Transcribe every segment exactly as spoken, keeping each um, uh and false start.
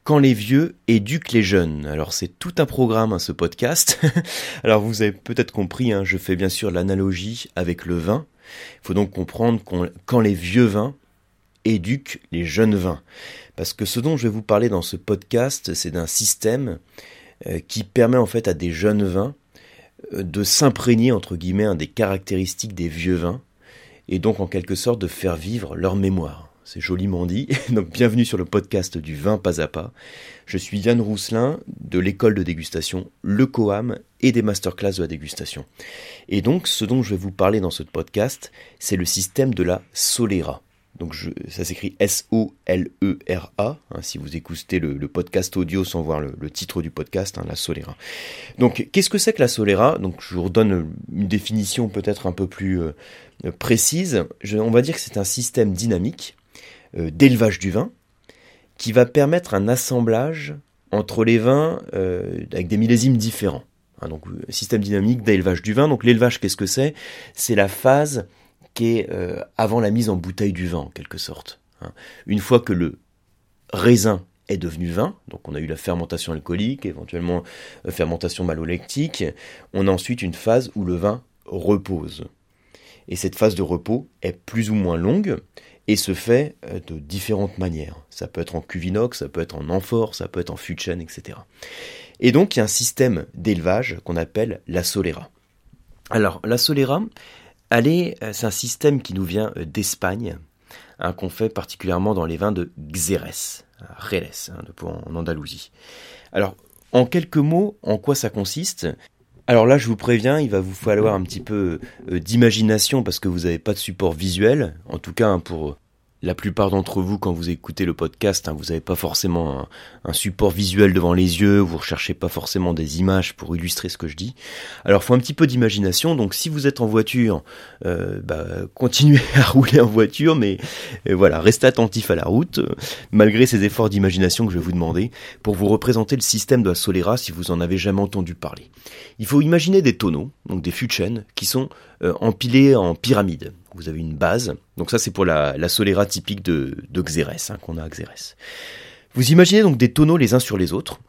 quand les vieux éduquent les jeunes. Alors c'est tout un programme, hein, ce podcast. Alors vous avez peut-être compris, hein, je fais bien sûr l'analogie avec le vin. Il faut donc comprendre qu'on, quand les vieux vins éduquent les jeunes vins. Parce que ce dont je vais vous parler dans ce podcast, c'est d'un système euh, qui permet en fait à des jeunes vins euh, de s'imprégner entre guillemets hein, des caractéristiques des vieux vins et donc en quelque sorte de faire vivre leur mémoire. C'est joliment dit. Donc bienvenue sur le podcast du vin pas à pas. Je suis Yann Rousselin de l'école de dégustation Le Coam et des masterclass de la dégustation. Et donc ce dont je vais vous parler dans ce podcast, c'est le système de la Solera. Donc je, ça s'écrit S O L E R A, hein, si vous écoutez le, le podcast audio sans voir le, le titre du podcast, hein, la Solera. Donc qu'est-ce que c'est que la Solera ? Donc je vous redonne une définition peut-être un peu plus euh, précise. Je, on va dire que c'est un système dynamique euh, d'élevage du vin qui va permettre un assemblage entre les vins euh, avec des millésimes différents. Hein, donc système dynamique d'élevage du vin. Donc l'élevage, qu'est-ce que c'est ? C'est la phase qui est euh, avant la mise en bouteille du vin, en quelque sorte. Hein. Une fois que le raisin est devenu vin, donc on a eu la fermentation alcoolique, éventuellement euh, fermentation malolactique, on a ensuite une phase où le vin repose. Et cette phase de repos est plus ou moins longue et se fait euh, de différentes manières. Ça peut être en cuve inox, ça peut être en amphore, ça peut être en fût de chêne, et cetera. Et donc il y a un système d'élevage qu'on appelle la Solera. Alors la Solera, Allez, c'est un système qui nous vient d'Espagne, hein, qu'on fait particulièrement dans les vins de Xérès, Jerez, hein, en Andalousie. Alors, en quelques mots, en quoi ça consiste ? Alors là, je vous préviens, il va vous falloir un petit peu euh, d'imagination parce que vous n'avez pas de support visuel, en tout cas hein, pour la plupart d'entre vous, quand vous écoutez le podcast, hein, vous n'avez pas forcément un, un support visuel devant les yeux, vous ne recherchez pas forcément des images pour illustrer ce que je dis. Alors, il faut un petit peu d'imagination. Donc, si vous êtes en voiture, euh, bah, continuez à rouler en voiture, mais euh, voilà, restez attentif à la route, euh, malgré ces efforts d'imagination que je vais vous demander, pour vous représenter le système de la Solera si vous en avez jamais entendu parler. Il faut imaginer des tonneaux, donc des fûts de chêne, qui sont euh, empilés en pyramide. Vous avez une base, donc ça c'est pour la, la Solera typique de, de Xérès, hein, qu'on a à Xérès. Vous imaginez donc des tonneaux les uns sur les autres,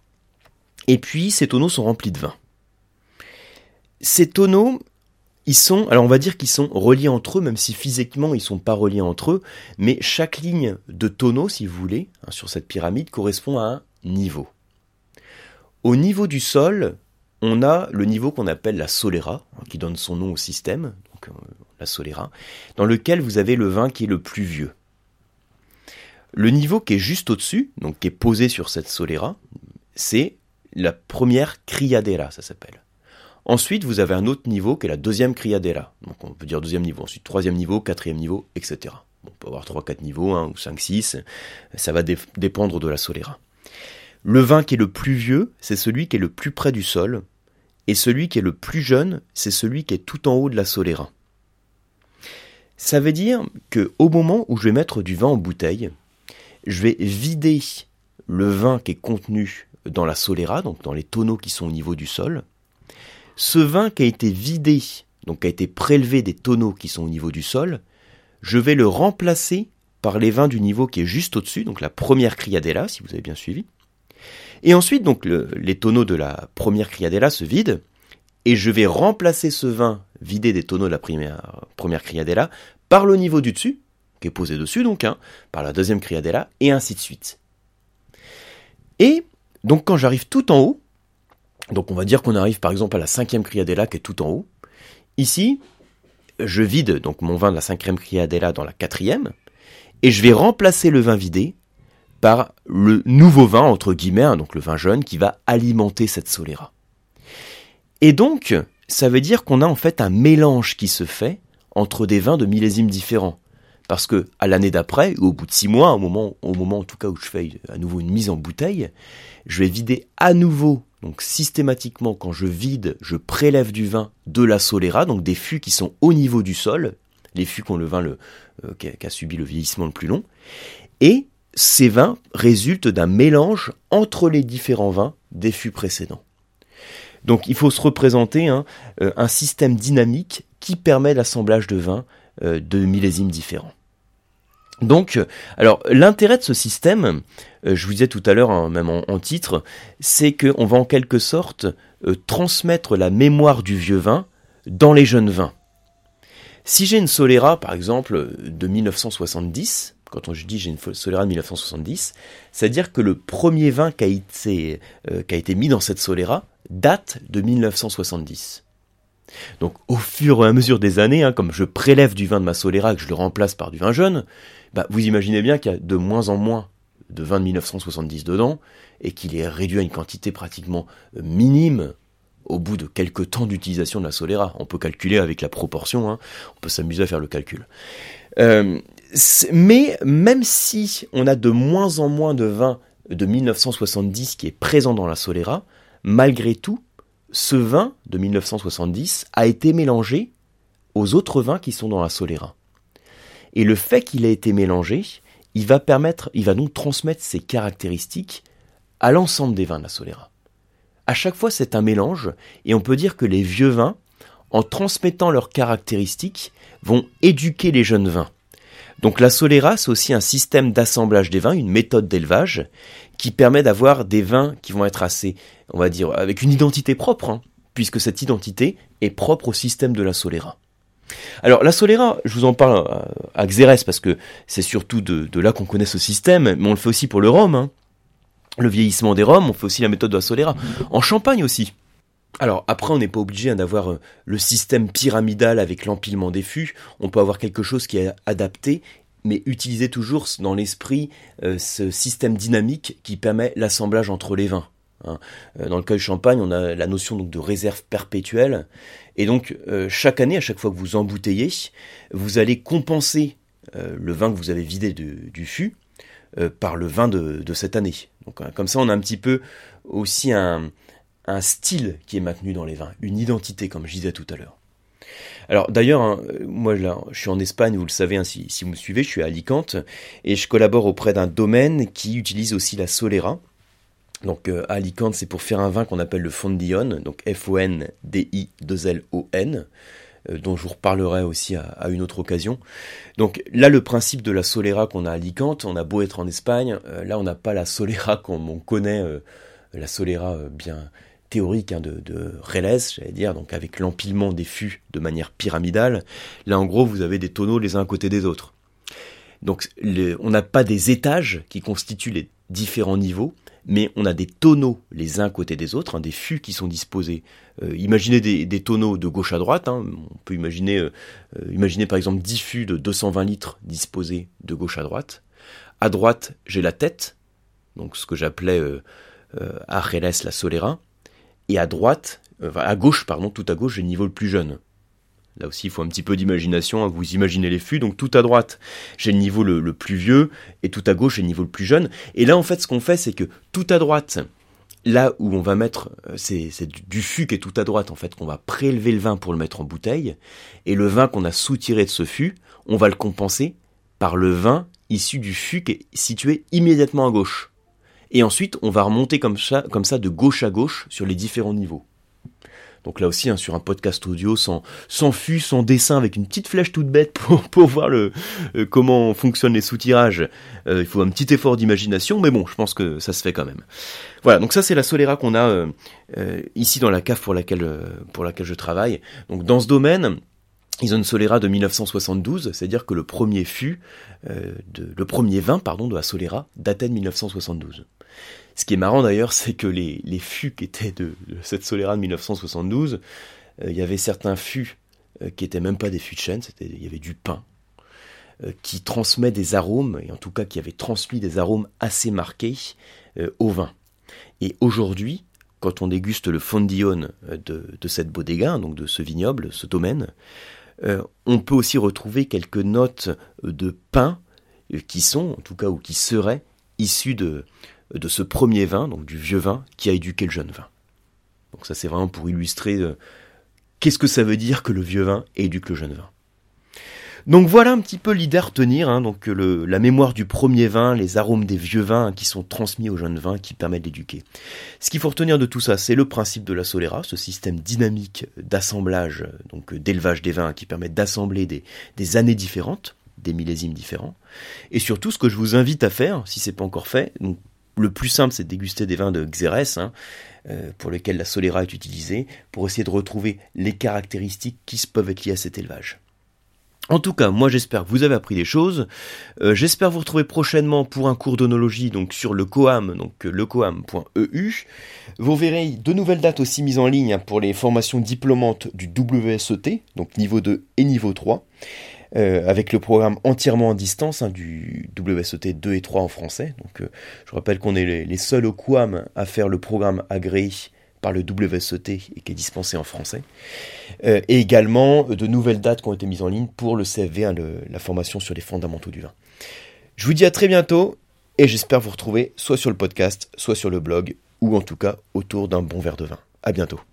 et puis ces tonneaux sont remplis de vin. Ces tonneaux, ils sont, alors on va dire qu'ils sont reliés entre eux, même si physiquement ils ne sont pas reliés entre eux, mais chaque ligne de tonneau, si vous voulez, hein, sur cette pyramide, correspond à un niveau. Au niveau du sol, on a le niveau qu'on appelle la Solera, hein, qui donne son nom au système, donc euh, la Solera, dans lequel vous avez le vin qui est le plus vieux. Le niveau qui est juste au-dessus, donc qui est posé sur cette Solera, c'est la première criadera, ça s'appelle. Ensuite, vous avez un autre niveau qui est la deuxième criadera. Donc on peut dire deuxième niveau, ensuite troisième niveau, quatrième niveau, et cetera. Bon, on peut avoir trois quatre niveaux, hein, ou cinq six, ça va dé- dépendre de la Solera. Le vin qui est le plus vieux, c'est celui qui est le plus près du sol, et celui qui est le plus jeune, c'est celui qui est tout en haut de la Solera. Ça veut dire qu'au moment où je vais mettre du vin en bouteille, je vais vider le vin qui est contenu dans la Solera, donc dans les tonneaux qui sont au niveau du sol. Ce vin qui a été vidé, donc qui a été prélevé des tonneaux qui sont au niveau du sol, je vais le remplacer par les vins du niveau qui est juste au-dessus, donc la première criadella, si vous avez bien suivi. Et ensuite, donc le, les tonneaux de la première criadella se vident, et je vais remplacer ce vin vidé des tonneaux de la première, première criadella par le niveau du dessus, qui est posé dessus donc, hein, par la deuxième criadella, et ainsi de suite. Et donc quand j'arrive tout en haut, donc on va dire qu'on arrive par exemple à la cinquième criadella qui est tout en haut, ici, je vide donc mon vin de la cinquième criadella dans la quatrième, et je vais remplacer le vin vidé par le nouveau vin, entre guillemets, hein, donc le vin jeune, qui va alimenter cette Solera. Et donc, ça veut dire qu'on a en fait un mélange qui se fait entre des vins de millésimes différents. Parce que à l'année d'après, ou au bout de six mois, au moment, au moment en tout cas où je fais à nouveau une mise en bouteille, je vais vider à nouveau, donc systématiquement quand je vide, je prélève du vin de la Solera, donc des fûts qui sont au niveau du sol, les fûts qui ont le vin le, euh, qui, a, qui a subi le vieillissement le plus long, et ces vins résultent d'un mélange entre les différents vins des fûts précédents. Donc il faut se représenter hein, euh, un système dynamique qui permet l'assemblage de vins euh, de millésimes différents. Donc, alors l'intérêt de ce système, euh, je vous disais tout à l'heure, hein, même en, en titre, c'est qu'on va en quelque sorte euh, transmettre la mémoire du vieux vin dans les jeunes vins. Si j'ai une Solera, par exemple, de mille neuf cent soixante-dix, quand on, je dis j'ai une Solera de mille neuf cent soixante-dix, c'est-à-dire que le premier vin qui a été, euh, qui a été mis dans cette Solera date de mille neuf cent soixante-dix. Donc au fur et à mesure des années, hein, comme je prélève du vin de ma Solera et que je le remplace par du vin jeune, bah, vous imaginez bien qu'il y a de moins en moins de vin de mille neuf cent soixante-dix dedans, et qu'il est réduit à une quantité pratiquement minime au bout de quelques temps d'utilisation de la Solera. On peut calculer avec la proportion, hein, on peut s'amuser à faire le calcul. Euh, mais même si on a de moins en moins de vin de mille neuf cent soixante-dix qui est présent dans la Solera, malgré tout, ce vin de mille neuf cent soixante-dix a été mélangé aux autres vins qui sont dans la Solera. Et le fait qu'il ait été mélangé, il va permettre, il va donc transmettre ses caractéristiques à l'ensemble des vins de la Solera. À chaque fois, c'est un mélange, et on peut dire que les vieux vins, en transmettant leurs caractéristiques, vont éduquer les jeunes vins. Donc la Solera, c'est aussi un système d'assemblage des vins, une méthode d'élevage, qui permet d'avoir des vins qui vont être assez, on va dire, avec une identité propre, hein, puisque cette identité est propre au système de la Solera. Alors la Solera, je vous en parle à Xérès parce que c'est surtout de, de là qu'on connaît ce système, mais on le fait aussi pour le rhum, hein. Le vieillissement des rhums, on fait aussi la méthode de la Solera. En Champagne aussi. Alors après, on n'est pas obligé hein, d'avoir euh, le système pyramidal avec l'empilement des fûts. On peut avoir quelque chose qui est adapté, mais utiliser toujours dans l'esprit euh, ce système dynamique qui permet l'assemblage entre les vins. Hein. Euh, dans le cas du Champagne, on a la notion donc de réserve perpétuelle. Et donc, euh, chaque année, à chaque fois que vous embouteillez, vous allez compenser euh, le vin que vous avez vidé de, du fût euh, par le vin de, de cette année. Donc, hein, comme ça, on a un petit peu aussi un, un style qui est maintenu dans les vins, une identité, comme je disais tout à l'heure. Alors d'ailleurs, hein, moi là, je suis en Espagne, vous le savez, hein, si, si vous me suivez, je suis à Alicante, et je collabore auprès d'un domaine qui utilise aussi la Solera. Donc euh, à Alicante, c'est pour faire un vin qu'on appelle le Fondillon, donc F O N D I deux L O N, euh, dont je vous reparlerai aussi à, à une autre occasion. Donc là, le principe de la Solera qu'on a à Alicante, on a beau être en Espagne, euh, là on n'a pas la Solera comme on connaît, euh, la Solera euh, bien théorique hein, de, de Rélez, j'allais dire, donc avec l'empilement des fûts de manière pyramidale. Là en gros, vous avez des tonneaux les uns à côté des autres. Donc le, on n'a pas des étages qui constituent les différents niveaux, mais on a des tonneaux les uns à côté des autres, hein, des fûts qui sont disposés. Euh, imaginez des, des tonneaux de gauche à droite, hein, on peut imaginer, euh, imaginer par exemple dix fûts de deux cent vingt litres disposés de gauche à droite. À droite, j'ai la tête, donc ce que j'appelais euh, euh, à Rélez la Solera, et à droite, euh, à gauche, pardon, tout à gauche, j'ai le niveau le plus jeune. Là aussi, il faut un petit peu d'imagination, hein, vous imaginez les fûts, donc tout à droite, j'ai le niveau le, le plus vieux, et tout à gauche, j'ai le niveau le plus jeune. Et là, en fait, ce qu'on fait, c'est que tout à droite, là où on va mettre, c'est, c'est du fût qui est tout à droite, en fait, qu'on va prélever le vin pour le mettre en bouteille, et le vin qu'on a soutiré de ce fût, on va le compenser par le vin issu du fût qui est situé immédiatement à gauche. Et ensuite, on va remonter comme ça, comme ça de gauche à gauche sur les différents niveaux. Donc là aussi, hein, sur un podcast audio, sans, sans fût, sans dessin, avec une petite flèche toute bête pour, pour voir le, euh, comment fonctionnent les soutirages, euh, il faut un petit effort d'imagination, mais bon, je pense que ça se fait quand même. Voilà, donc ça c'est la Solera qu'on a euh, euh, ici dans la cave pour laquelle, euh, pour laquelle je travaille. Donc dans ce domaine, ils ont une Solera de mille neuf cent soixante-douze, c'est-à-dire que le premier fût, euh, de, le premier vin pardon, de la Solera datait de mille neuf cent soixante-douze. Ce qui est marrant d'ailleurs, c'est que les, les fûts qui étaient de, de cette Solera de mille neuf cent soixante-douze, euh, il y avait certains fûts euh, qui étaient même pas des fûts de chêne, c'était, il y avait du pin, euh, qui transmet des arômes, et en tout cas qui avait transmis des arômes assez marqués euh, au vin. Et aujourd'hui, quand on déguste le Fondillon de, de cette bodega, donc de ce vignoble, ce domaine, euh, on peut aussi retrouver quelques notes de pin euh, qui sont, en tout cas, ou qui seraient issues de de ce premier vin, donc du vieux vin, qui a éduqué le jeune vin. Donc ça c'est vraiment pour illustrer euh, qu'est-ce que ça veut dire que le vieux vin éduque le jeune vin. Donc voilà un petit peu l'idée à retenir, hein, donc le, la mémoire du premier vin, les arômes des vieux vins hein, qui sont transmis au jeune vin, qui permettent d'éduquer. Ce qu'il faut retenir de tout ça, c'est le principe de la Solera, ce système dynamique d'assemblage, donc d'élevage des vins, qui permet d'assembler des, des années différentes. des millésimes différents. Et surtout, ce que je vous invite à faire, si ce n'est pas encore fait, donc, le plus simple, c'est de déguster des vins de Xérès, hein, euh, pour lesquels la Solera est utilisée, pour essayer de retrouver les caractéristiques qui peuvent être liées à cet élevage. En tout cas, moi j'espère que vous avez appris des choses. Euh, j'espère vous retrouver prochainement pour un cours d'onologie donc sur le coam, donc lecoam point e u. Vous verrez de nouvelles dates aussi mises en ligne hein, pour les formations diplômantes du W S E T, donc niveau deux et niveau trois. Euh, avec le programme entièrement en distance hein, du W S E T deux et trois en français. Donc, euh, je rappelle qu'on est les, les seuls au Q A M à faire le programme agréé par le W S E T et qui est dispensé en français. Euh, et également de nouvelles dates qui ont été mises en ligne pour le C F V, hein, le, la formation sur les fondamentaux du vin. Je vous dis à très bientôt et j'espère vous retrouver soit sur le podcast, soit sur le blog ou en tout cas autour d'un bon verre de vin. À bientôt.